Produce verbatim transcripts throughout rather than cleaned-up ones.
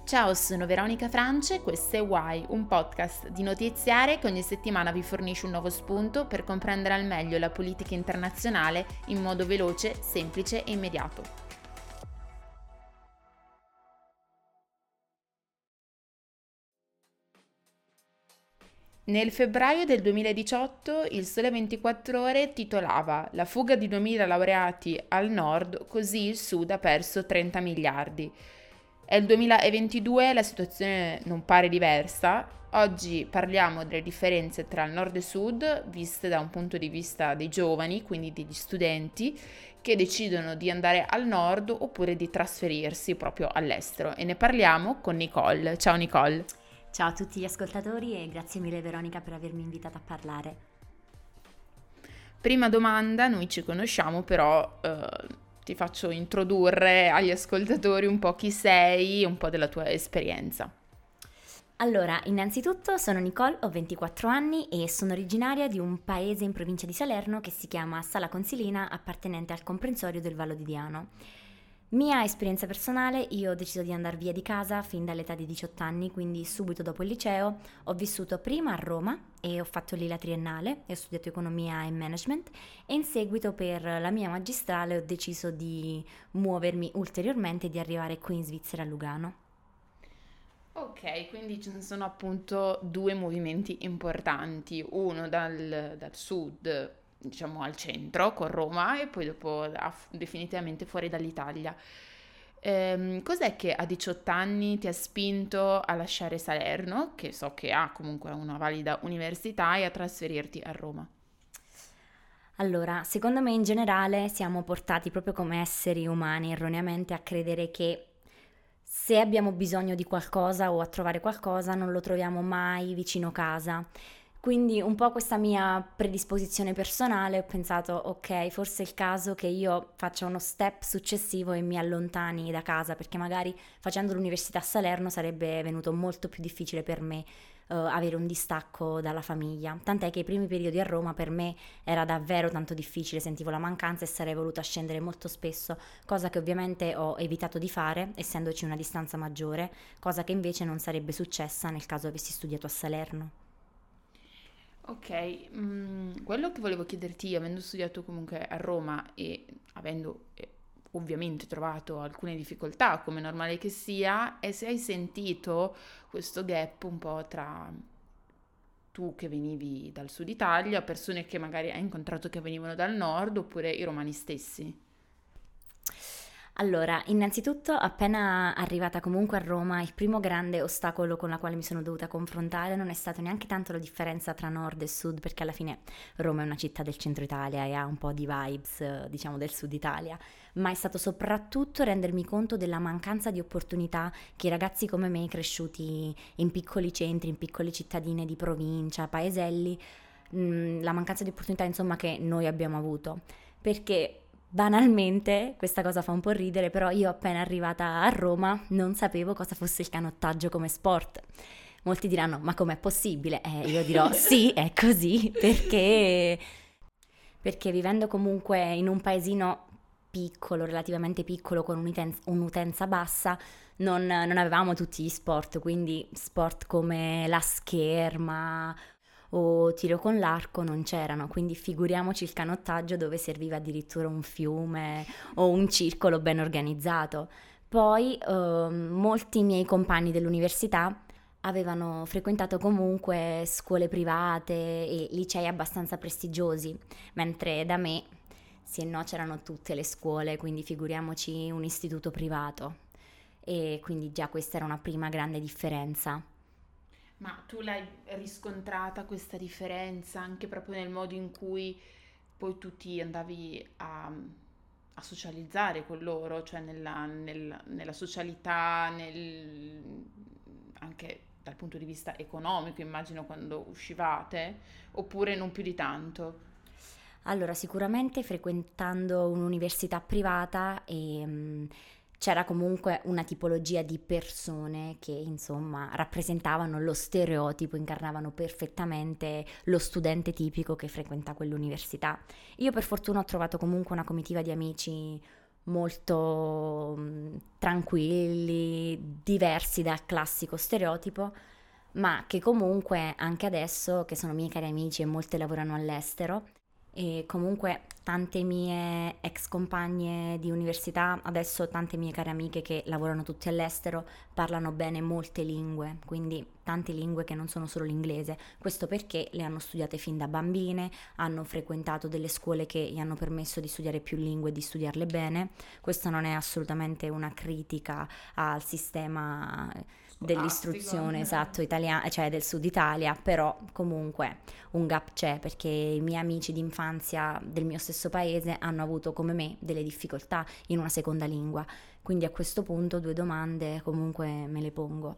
Ciao, sono Veronica France e questo è Why, un podcast di notiziare che ogni settimana vi fornisce un nuovo spunto per comprendere al meglio la politica internazionale in modo veloce, semplice e immediato. Nel febbraio del duemiladiciotto il Sole ventiquattro Ore titolava "La fuga di duemila laureati al nord, così il sud ha perso trenta miliardi". È il duemilaventidue, la situazione non pare diversa. Oggi parliamo delle differenze tra il nord e sud, viste da un punto di vista dei giovani, quindi degli studenti, che decidono di andare al nord oppure di trasferirsi proprio all'estero. E ne parliamo con Nicole. Ciao Nicole. Ciao a tutti gli ascoltatori e grazie mille Veronica per avermi invitata a parlare. Prima domanda, noi ci conosciamo, però eh, ti faccio introdurre agli ascoltatori un po' chi sei e un po' della tua esperienza. Allora, innanzitutto sono Nicole, ho ventiquattro anni e sono originaria di un paese in provincia di Salerno che si chiama Sala Consilina, appartenente al comprensorio del Vallo di Diano. Mia esperienza personale, io ho deciso di andare via di casa fin dall'età di diciotto anni, quindi subito dopo il liceo ho vissuto prima a Roma e ho fatto lì la triennale e ho studiato economia e management e in seguito per la mia magistrale ho deciso di muovermi ulteriormente e di arrivare qui in Svizzera a Lugano. Ok, quindi ce ne sono appunto due movimenti importanti, uno dal, dal sud, diciamo al centro con Roma e poi dopo a- definitivamente fuori dall'Italia. Ehm, cos'è che a diciotto anni ti ha spinto a lasciare Salerno, che so che ha comunque una valida università, e a trasferirti a Roma? Allora, secondo me in generale siamo portati proprio come esseri umani erroneamente a credere che se abbiamo bisogno di qualcosa o a trovare qualcosa non lo troviamo mai vicino casa. Quindi un po' questa mia predisposizione personale ho pensato ok, forse è il caso che io faccia uno step successivo e mi allontani da casa perché magari facendo l'università a Salerno sarebbe venuto molto più difficile per me eh, avere un distacco dalla famiglia. Tant'è che i primi periodi a Roma per me era davvero tanto difficile, sentivo la mancanza e sarei voluta scendere molto spesso, cosa che ovviamente ho evitato di fare essendoci una distanza maggiore, cosa che invece non sarebbe successa nel caso avessi studiato a Salerno. Ok, mm, quello che volevo chiederti io, avendo studiato comunque a Roma e avendo eh, ovviamente trovato alcune difficoltà, come normale che sia, è se hai sentito questo gap un po' tra tu che venivi dal sud Italia, persone che magari hai incontrato che venivano dal nord, oppure i romani stessi. Allora, innanzitutto, appena arrivata comunque a Roma, il primo grande ostacolo con la quale mi sono dovuta confrontare non è stato neanche tanto la differenza tra nord e sud, perché alla fine Roma è una città del centro Italia e ha un po' di vibes, eh, diciamo, del sud Italia, ma è stato soprattutto rendermi conto della mancanza di opportunità che i ragazzi come me, cresciuti in piccoli centri, in piccole cittadine di provincia, paeselli, mh, la mancanza di opportunità, insomma, che noi abbiamo avuto. Perché banalmente, questa cosa fa un po' ridere, però io appena arrivata a Roma non sapevo cosa fosse il canottaggio come sport. Molti diranno, ma com'è possibile? Eh, io dirò, sì, è così, perché, perché vivendo comunque in un paesino piccolo, relativamente piccolo, con un'utenza, un'utenza bassa, non, non avevamo tutti gli sport, quindi sport come la scherma o tiro con l'arco non c'erano, quindi figuriamoci il canottaggio dove serviva addirittura un fiume o un circolo ben organizzato. Poi eh, molti miei compagni dell'università avevano frequentato comunque scuole private e licei abbastanza prestigiosi, mentre da me, sì e no, c'erano tutte le scuole, quindi figuriamoci un istituto privato. E quindi già questa era una prima grande differenza. Ma tu l'hai riscontrata questa differenza anche proprio nel modo in cui poi tu ti andavi a, a socializzare con loro, cioè nella, nel- nella socialità, nel- anche dal punto di vista economico, immagino quando uscivate, oppure non più di tanto? Allora, sicuramente frequentando un'università privata ehm, c'era comunque una tipologia di persone che insomma rappresentavano lo stereotipo, incarnavano perfettamente lo studente tipico che frequenta quell'università. Io per fortuna ho trovato comunque una comitiva di amici molto mh, tranquilli, diversi dal classico stereotipo, ma che comunque anche adesso, che sono miei cari amici e molte lavorano all'estero, e comunque tante mie ex compagne di università, adesso tante mie care amiche che lavorano tutte all'estero, parlano bene molte lingue, quindi tante lingue che non sono solo l'inglese. Questo perché le hanno studiate fin da bambine, hanno frequentato delle scuole che gli hanno permesso di studiare più lingue e di studiarle bene. Questa non è assolutamente una critica al sistema dell'istruzione, esatto, italiana, cioè del sud Italia, però comunque un gap c'è perché i miei amici d'infanzia del mio stesso paese hanno avuto come me delle difficoltà in una seconda lingua, quindi a questo punto due domande comunque me le pongo.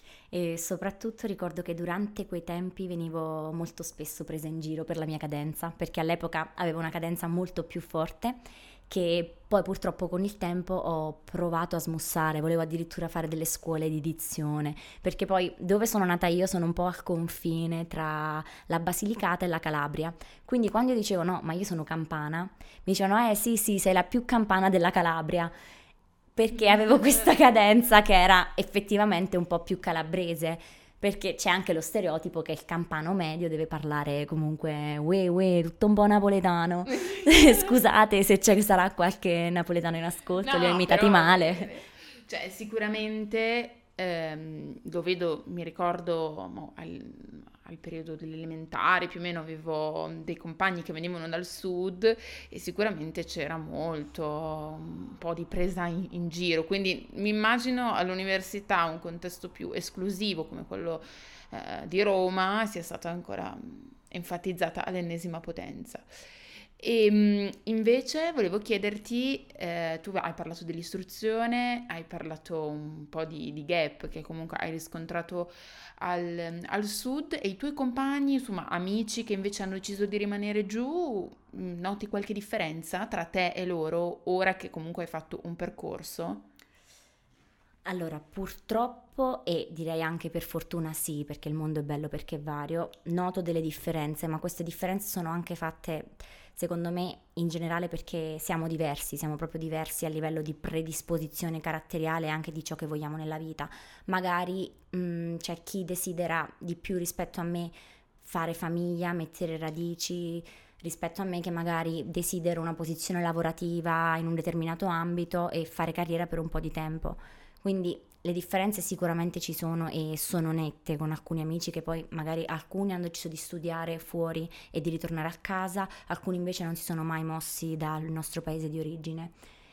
E soprattutto ricordo che durante quei tempi venivo molto spesso presa in giro per la mia cadenza, perché all'epoca avevo una cadenza molto più forte che poi purtroppo con il tempo ho provato a smussare, volevo addirittura fare delle scuole di dizione, perché poi dove sono nata io sono un po' al confine tra la Basilicata e la Calabria, quindi quando io dicevo no, ma io sono campana, mi dicevano eh sì sì, sei la più campana della Calabria, perché avevo questa cadenza che era effettivamente un po' più calabrese, perché c'è anche lo stereotipo che il campano medio deve parlare comunque uè uè, tutto un po' napoletano. Scusate se c'è, sarà qualche napoletano in ascolto, li ho No, imitati però, male. eh, cioè, sicuramente ehm, lo vedo, mi ricordo mo, al, al periodo delle elementari, più o meno avevo dei compagni che venivano dal sud e sicuramente c'era molto, un po' di presa in, in giro, quindi mi immagino all'università un contesto più esclusivo come quello eh, di Roma sia stata ancora mm, enfatizzata all'ennesima potenza. E mh, invece volevo chiederti, eh, tu hai parlato dell'istruzione, hai parlato un po' di, di gap che comunque hai riscontrato al, al sud e i tuoi compagni, insomma amici che invece hanno deciso di rimanere giù, mh, noti qualche differenza tra te e loro ora che comunque hai fatto un percorso? Allora, purtroppo e direi anche per fortuna sì, perché il mondo è bello perché è vario, noto delle differenze, ma queste differenze sono anche fatte, secondo me, in generale perché siamo diversi, siamo proprio diversi a livello di predisposizione caratteriale e anche di ciò che vogliamo nella vita. Magari mh, c'è chi desidera di più rispetto a me fare famiglia, mettere radici, rispetto a me che magari desidero una posizione lavorativa in un determinato ambito e fare carriera per un po' di tempo. Quindi le differenze sicuramente ci sono e sono nette con alcuni amici che poi magari alcuni hanno deciso di studiare fuori e di ritornare a casa, alcuni invece non si sono mai mossi dal nostro paese di origine.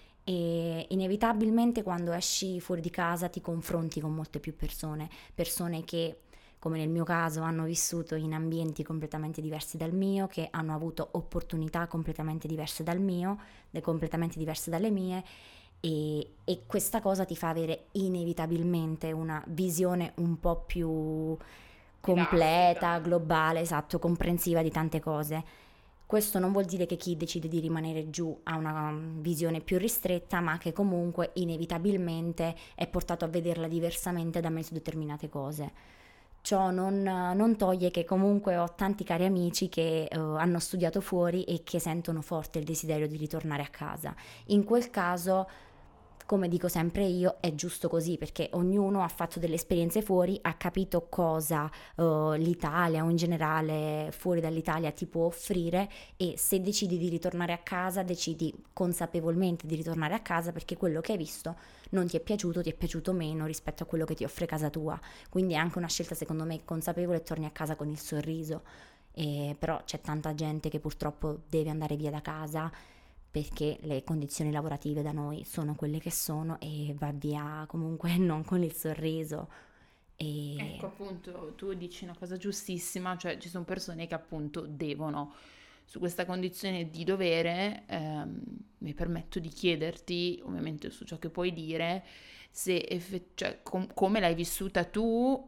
E inevitabilmente quando esci fuori di casa ti confronti con molte più persone, persone che come nel mio caso hanno vissuto in ambienti completamente diversi dal mio, che hanno avuto opportunità completamente diverse dal mio, completamente diverse dalle mie e, e questa cosa ti fa avere inevitabilmente una visione un po' più Elastica. completa, globale, esatto, comprensiva di tante cose. Questo non vuol dire che chi decide di rimanere giù ha una um, visione più ristretta, ma che comunque inevitabilmente è portato a vederla diversamente da me su determinate cose. Ciò non, non toglie che comunque ho tanti cari amici che eh, hanno studiato fuori e che sentono forte il desiderio di ritornare a casa. In quel caso, come dico sempre io, è giusto così perché ognuno ha fatto delle esperienze fuori, ha capito cosa eh, l'Italia o in generale fuori dall'Italia ti può offrire e se decidi di ritornare a casa, decidi consapevolmente di ritornare a casa perché quello che hai visto non ti è piaciuto, ti è piaciuto meno rispetto a quello che ti offre casa tua. Quindi è anche una scelta secondo me consapevole e torni a casa con il sorriso. E però c'è tanta gente che purtroppo deve andare via da casa perché le condizioni lavorative da noi sono quelle che sono e va via comunque non con il sorriso. Ecco, E appunto, tu dici una cosa giustissima, cioè ci sono persone che appunto devono, su questa condizione di dovere, ehm, mi permetto di chiederti, ovviamente su ciò che puoi dire, se effe- cioè, com- come l'hai vissuta tu,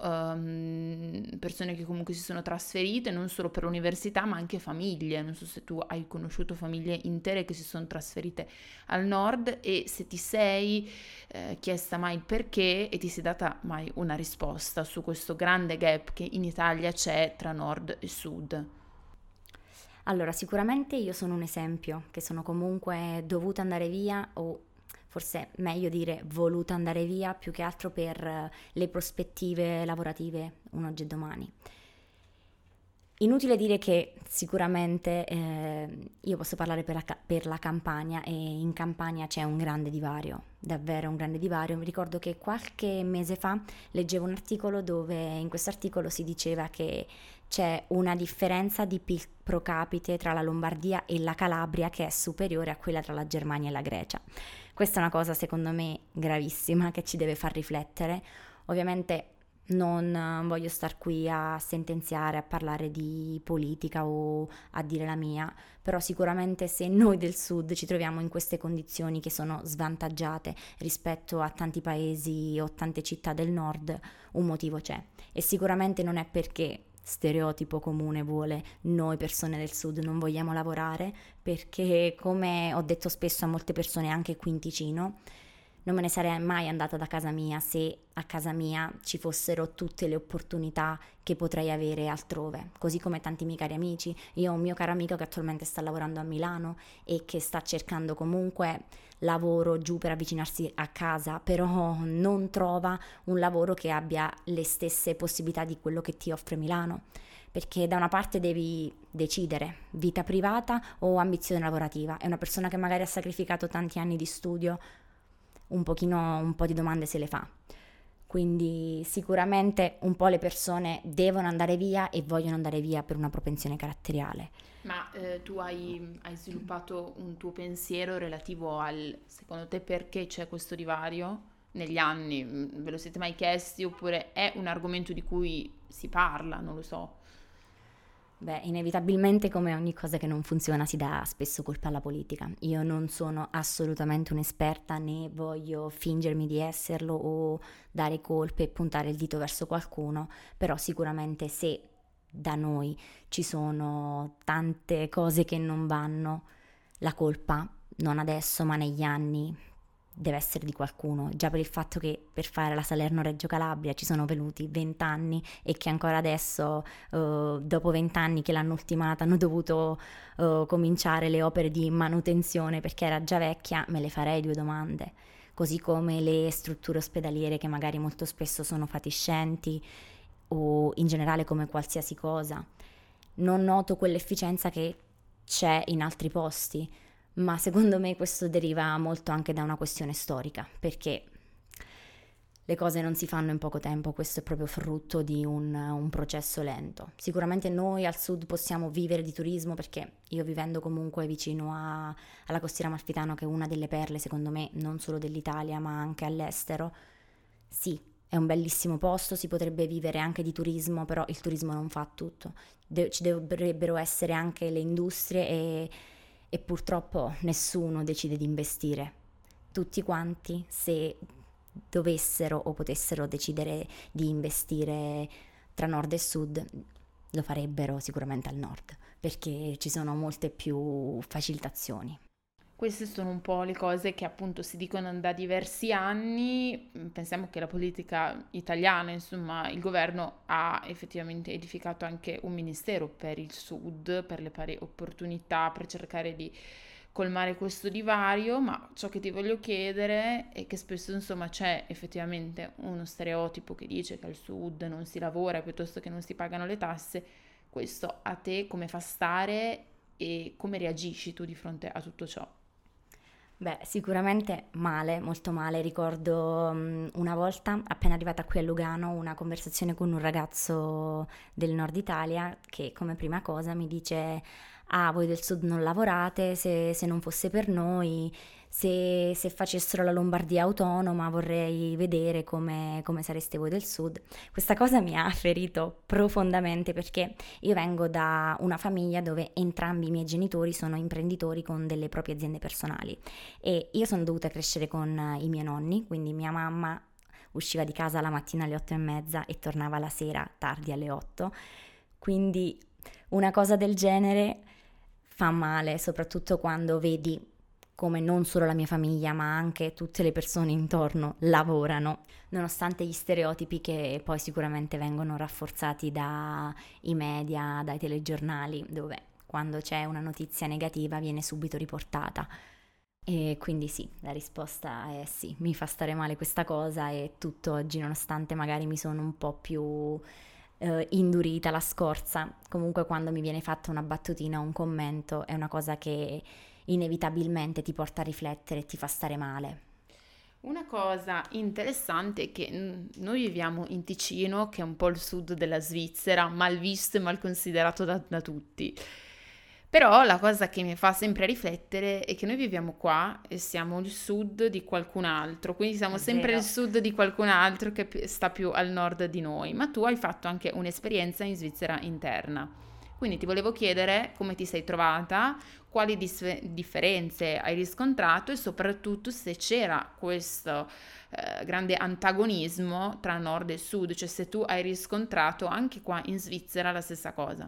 ehm, persone che comunque si sono trasferite non solo per l'università, ma anche famiglie. Non so se tu hai conosciuto famiglie intere che si sono trasferite al nord e se ti sei eh, chiesta mai il perché e ti sei data mai una risposta su questo grande gap che in Italia c'è tra nord e sud. allora, sicuramente io sono un esempio che sono comunque dovuta andare via o forse meglio dire voluta andare via più che altro per eh, le prospettive lavorative un oggi e domani. Inutile dire che sicuramente eh, io posso parlare per la, per la Campania e in Campania c'è un grande divario, davvero un grande divario. Mi ricordo che qualche mese fa leggevo un articolo dove in questo articolo si diceva che c'è una differenza di P I L pro capite tra la Lombardia e la Calabria che è superiore a quella tra la Germania e la Grecia. Questa è una cosa secondo me gravissima che ci deve far riflettere. Ovviamente non voglio star qui a sentenziare, a parlare di politica o a dire la mia, però sicuramente se noi del sud ci troviamo in queste condizioni che sono svantaggiate rispetto a tanti paesi o tante città del nord, un motivo c'è. E sicuramente non è perché stereotipo comune vuole noi persone del sud non vogliamo lavorare, perché come ho detto spesso a molte persone anche qui in Ticino, non me ne sarei mai andata da casa mia se a casa mia ci fossero tutte le opportunità che potrei avere altrove, così come tanti miei cari amici. Io ho un mio caro amico che attualmente sta lavorando a Milano e che sta cercando comunque lavoro giù per avvicinarsi a casa, però non trova un lavoro che abbia le stesse possibilità di quello che ti offre Milano. Perché da una parte devi decidere vita privata o ambizione lavorativa. È una persona che magari ha sacrificato tanti anni di studio, un pochino, un po' di domande se le fa. Quindi sicuramente un po' le persone devono andare via e vogliono andare via per una propensione caratteriale. Ma eh, tu hai, hai sviluppato un tuo pensiero relativo al, secondo te, perché c'è questo divario negli anni? Mm, Ve lo siete mai chiesti oppure è un argomento di cui si parla? Non lo so. Beh, inevitabilmente come ogni cosa che non funziona si dà spesso colpa alla politica. Io non sono assolutamente un'esperta né voglio fingermi di esserlo o dare colpe e puntare il dito verso qualcuno, però sicuramente se da noi ci sono tante cose che non vanno, la colpa, non adesso ma negli anni, deve essere di qualcuno, già per il fatto che per fare la Salerno-Reggio Calabria ci sono venuti vent'anni e che ancora adesso, eh, dopo vent'anni che l'hanno ultimata, hanno dovuto eh, cominciare le opere di manutenzione perché era già vecchia, me le farei due domande. Così come le strutture ospedaliere che magari molto spesso sono fatiscenti o in generale come qualsiasi cosa. Non noto quell'efficienza che c'è in altri posti, ma secondo me questo deriva molto anche da una questione storica, perché le cose non si fanno in poco tempo, questo è proprio frutto di un, un processo lento. Sicuramente noi al sud possiamo vivere di turismo perché io vivendo comunque vicino a, alla Costiera Amalfitano, che è una delle perle secondo me non solo dell'Italia ma anche all'estero, sì, è un bellissimo posto, si potrebbe vivere anche di turismo, però il turismo non fa tutto. De- ci dovrebbero essere anche le industrie e e purtroppo nessuno decide di investire. Tutti quanti, se dovessero o potessero decidere di investire tra nord e sud, lo farebbero sicuramente al nord, perché ci sono molte più facilitazioni. Queste sono un po' le cose che appunto si dicono da diversi anni. Mm, Pensiamo che la politica italiana, insomma, il governo ha effettivamente edificato anche un ministero per il sud, per le pari opportunità, per cercare di colmare questo divario, ma ciò che ti voglio chiedere è che spesso, insomma, c'è effettivamente uno stereotipo che dice che al sud non si lavora piuttosto che non si pagano le tasse. Questo a te come fa stare e come reagisci tu di fronte a tutto ciò? Beh, sicuramente male, molto male. Ricordo mm, una volta, appena arrivata qui a Lugano, una conversazione con un ragazzo del nord Italia che come prima cosa mi dice: Ah, voi del sud non lavorate, se, se non fosse per noi, se, se facessero la Lombardia autonoma vorrei vedere come, come sareste voi del sud. Questa cosa mi ha ferito profondamente perché io vengo da una famiglia dove entrambi i miei genitori sono imprenditori con delle proprie aziende personali e io sono dovuta crescere con eh, i miei nonni, quindi mia mamma usciva di casa la mattina alle otto e mezza e tornava la sera tardi alle otto, quindi una cosa del genere fa male, soprattutto quando vedi come non solo la mia famiglia, ma anche tutte le persone intorno lavorano, nonostante gli stereotipi che poi sicuramente vengono rafforzati dai media, dai telegiornali, dove quando c'è una notizia negativa viene subito riportata. E quindi sì, la risposta è sì, mi fa stare male questa cosa e tutt'oggi, nonostante magari mi sono un po' più eh, indurita la scorza, comunque quando mi viene fatta una battutina o un commento è una cosa che inevitabilmente ti porta a riflettere e ti fa stare male. Una cosa interessante è che mm, noi viviamo in Ticino, che è un po' il sud della Svizzera, mal visto e mal considerato da, da tutti. Però la cosa che mi fa sempre riflettere è che noi viviamo qua e siamo il sud di qualcun altro, quindi siamo È sempre il vero. sud di qualcun altro che pi- sta più al nord di noi, ma tu hai fatto anche un'esperienza in Svizzera interna. Quindi ti volevo chiedere come ti sei trovata, quali dis- differenze hai riscontrato e soprattutto se c'era questo eh, grande antagonismo tra nord e sud, cioè se tu hai riscontrato anche qua in Svizzera la stessa cosa.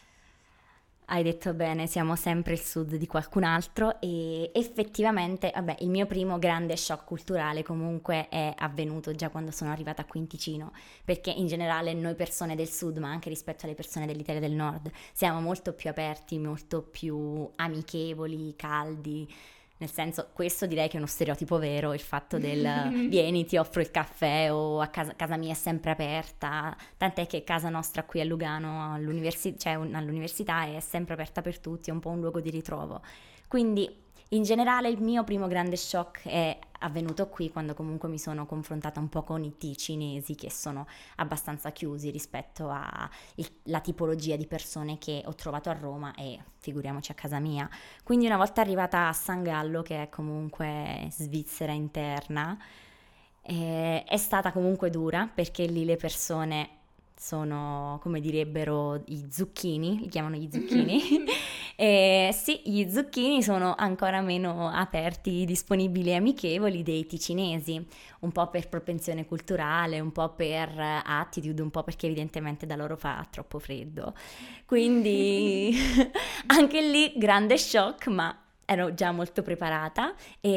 Hai detto bene, siamo sempre il sud di qualcun altro e effettivamente, vabbè, il mio primo grande shock culturale comunque è avvenuto già quando sono arrivata qui in Ticino, perché in generale noi persone del sud, ma anche rispetto alle persone dell'Italia del nord, siamo molto più aperti, molto più amichevoli, caldi. Nel senso, questo direi che è uno stereotipo vero, il fatto del vieni, ti offro il caffè o a casa, casa mia è sempre aperta, tant'è che casa nostra qui a Lugano all'universi- cioè un- all'università è sempre aperta per tutti, è un po' un luogo di ritrovo. Quindi in generale il mio primo grande shock è avvenuto qui quando comunque mi sono confrontata un po' con i ticinesi che sono abbastanza chiusi rispetto alla tipologia di persone che ho trovato a Roma e figuriamoci a casa mia. Quindi una volta arrivata a San Gallo, che è comunque Svizzera interna, eh, è stata comunque dura perché lì le persone sono, come direbbero, i zucchini, li chiamano gli zucchini. E sì, gli zucchini sono ancora meno aperti, disponibili e amichevoli dei ticinesi, un po' per propensione culturale, un po' per attitude, un po' perché evidentemente da loro fa troppo freddo. Quindi anche lì grande shock, ma ero già molto preparata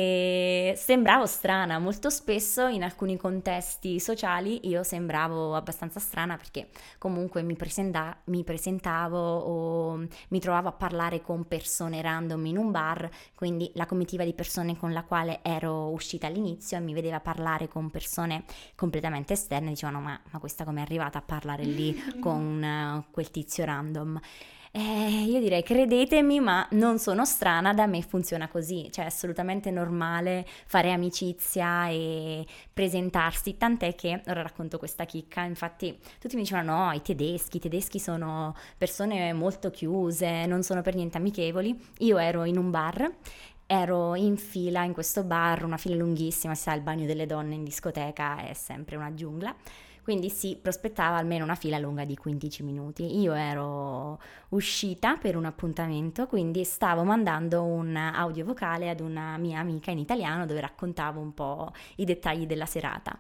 e sembravo strana. Molto spesso in alcuni contesti sociali io sembravo abbastanza strana perché comunque mi, presenta- mi presentavo o mi trovavo a parlare con persone random in un bar, quindi la comitiva di persone con la quale ero uscita all'inizio e mi vedeva parlare con persone completamente esterne, dicevano ma, ma questa come è arrivata a parlare lì con eh, quel tizio random? Eh, io direi credetemi, ma non sono strana, da me funziona così, cioè è assolutamente normale fare amicizia e presentarsi, tant'è che, ora racconto questa chicca, infatti tutti mi dicevano no, i tedeschi, i tedeschi sono persone molto chiuse, non sono per niente amichevoli, io ero in un bar. Ero in fila in questo bar, una fila lunghissima, si sa, il bagno delle donne in discoteca è sempre una giungla. Quindi si prospettava almeno una fila lunga di quindici minuti. Io ero uscita per un appuntamento, quindi stavo mandando un audio vocale ad una mia amica in italiano dove raccontavo un po' i dettagli della serata.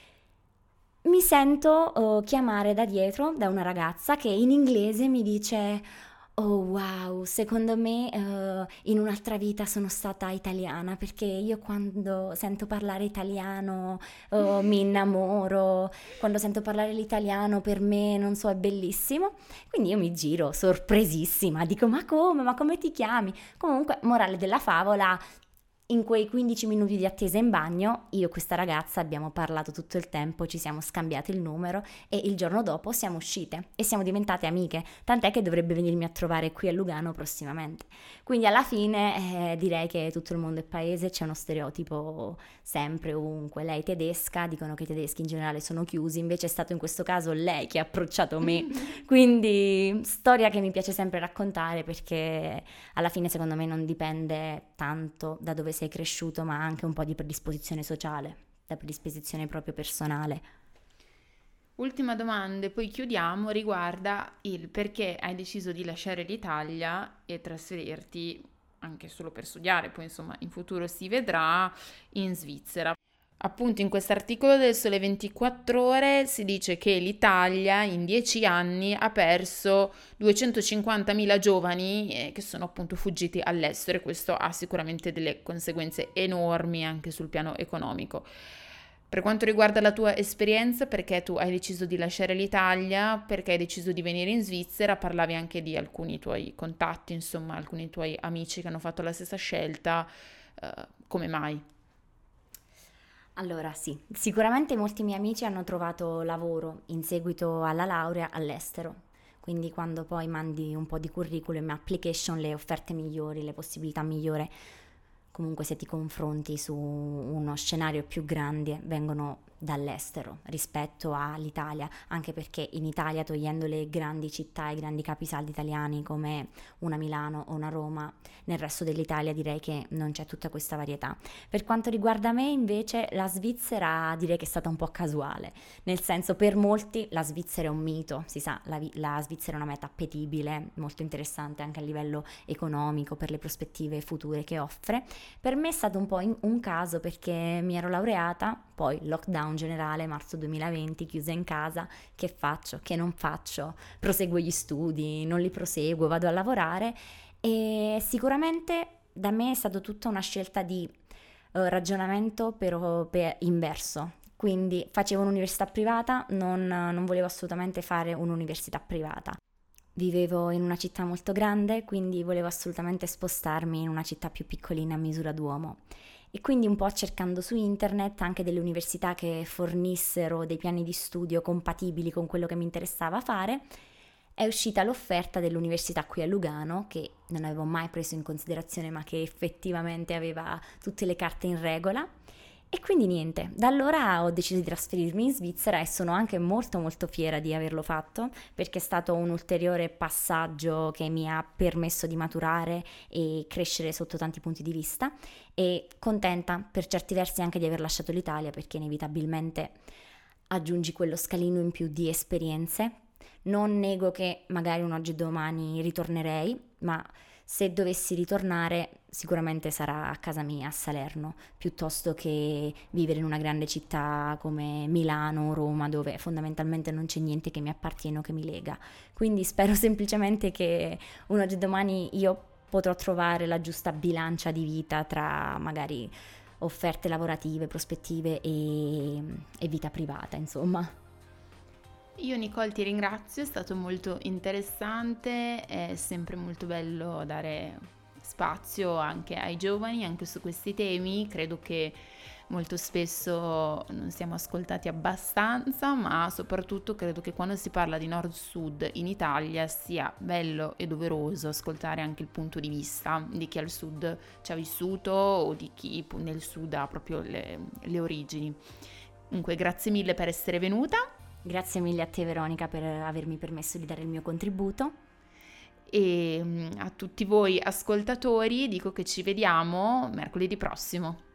Mi sento uh, chiamare da dietro da una ragazza che in inglese mi dice: Oh wow, secondo me eh, in un'altra vita sono stata italiana perché io quando sento parlare italiano eh, mi innamoro, quando sento parlare l'italiano per me non so è bellissimo, quindi io mi giro sorpresissima, dico ma come, ma come ti chiami? Comunque, morale della favola, in quei quindici minuti di attesa in bagno, io e questa ragazza abbiamo parlato tutto il tempo, ci siamo scambiati il numero e il giorno dopo siamo uscite e siamo diventate amiche, tant'è che dovrebbe venirmi a trovare qui a Lugano prossimamente. Quindi alla fine eh, direi che tutto il mondo è paese, c'è uno stereotipo sempre ovunque. Lei tedesca, dicono che i tedeschi in generale sono chiusi, invece è stato in questo caso lei che ha approcciato me. Quindi storia che mi piace sempre raccontare perché alla fine secondo me non dipende tanto da dove sei cresciuto, ma anche un po' di predisposizione sociale, da predisposizione proprio personale. Ultima domanda, e poi chiudiamo, riguarda il perché hai deciso di lasciare l'Italia e trasferirti anche solo per studiare, poi insomma in futuro si vedrà, in Svizzera. Appunto in quest'articolo del Sole ventiquattro Ore si dice che l'Italia in dieci anni ha perso duecentocinquantamila giovani eh, che sono appunto fuggiti all'estero e questo ha sicuramente delle conseguenze enormi anche sul piano economico. Per quanto riguarda la tua esperienza, perché tu hai deciso di lasciare l'Italia, perché hai deciso di venire in Svizzera, parlavi anche di alcuni tuoi contatti, insomma, alcuni tuoi amici che hanno fatto la stessa scelta. Uh, come mai? Allora sì, sicuramente molti miei amici hanno trovato lavoro in seguito alla laurea all'estero, quindi quando poi mandi un po' di curriculum e application, le offerte migliori, le possibilità migliori, comunque se ti confronti su uno scenario più grande, vengono dall'estero rispetto all'Italia, anche perché in Italia, togliendo le grandi città, i grandi capisaldi italiani come una Milano o una Roma, nel resto dell'Italia direi che non c'è tutta questa varietà. Per quanto riguarda me invece, la Svizzera direi che è stata un po' casuale, nel senso, per molti la Svizzera è un mito, si sa, la, la Svizzera è una meta appetibile, molto interessante anche a livello economico per le prospettive future che offre. Per me è stato un po' in, un caso, perché mi ero laureata, poi lockdown generale, marzo duemilaventi, chiusa in casa, che faccio, che non faccio, proseguo gli studi, non li proseguo, vado a lavorare, e sicuramente da me è stata tutta una scelta di eh, ragionamento per, per inverso. Quindi facevo un'università privata, non, non volevo assolutamente fare un'università privata. Vivevo in una città molto grande, quindi volevo assolutamente spostarmi in una città più piccolina a misura d'uomo. E quindi un po' cercando su internet anche delle università che fornissero dei piani di studio compatibili con quello che mi interessava fare, è uscita l'offerta dell'università qui a Lugano, che non avevo mai preso in considerazione, ma che effettivamente aveva tutte le carte in regola. E quindi niente, da allora ho deciso di trasferirmi in Svizzera e sono anche molto molto fiera di averlo fatto, perché è stato un ulteriore passaggio che mi ha permesso di maturare e crescere sotto tanti punti di vista, e contenta per certi versi anche di aver lasciato l'Italia, perché inevitabilmente aggiungi quello scalino in più di esperienze. Non nego che magari un oggi e domani ritornerei, ma se dovessi ritornare sicuramente sarà a casa mia, a Salerno, piuttosto che vivere in una grande città come Milano o Roma, dove fondamentalmente non c'è niente che mi appartiene o che mi lega. Quindi spero semplicemente che un oggi e domani io potrò trovare la giusta bilancia di vita tra magari offerte lavorative, prospettive e, e vita privata, insomma. Io Nicole ti ringrazio, è stato molto interessante, è sempre molto bello dare spazio anche ai giovani, anche su questi temi. Credo che molto spesso non siamo ascoltati abbastanza, ma soprattutto credo che quando si parla di nord-sud in Italia sia bello e doveroso ascoltare anche il punto di vista di chi al sud ci ha vissuto o di chi nel sud ha proprio le, le origini. Comunque grazie mille per essere venuta. Grazie mille a te Veronica per avermi permesso di dare il mio contributo. E a tutti voi ascoltatori dico che ci vediamo mercoledì prossimo.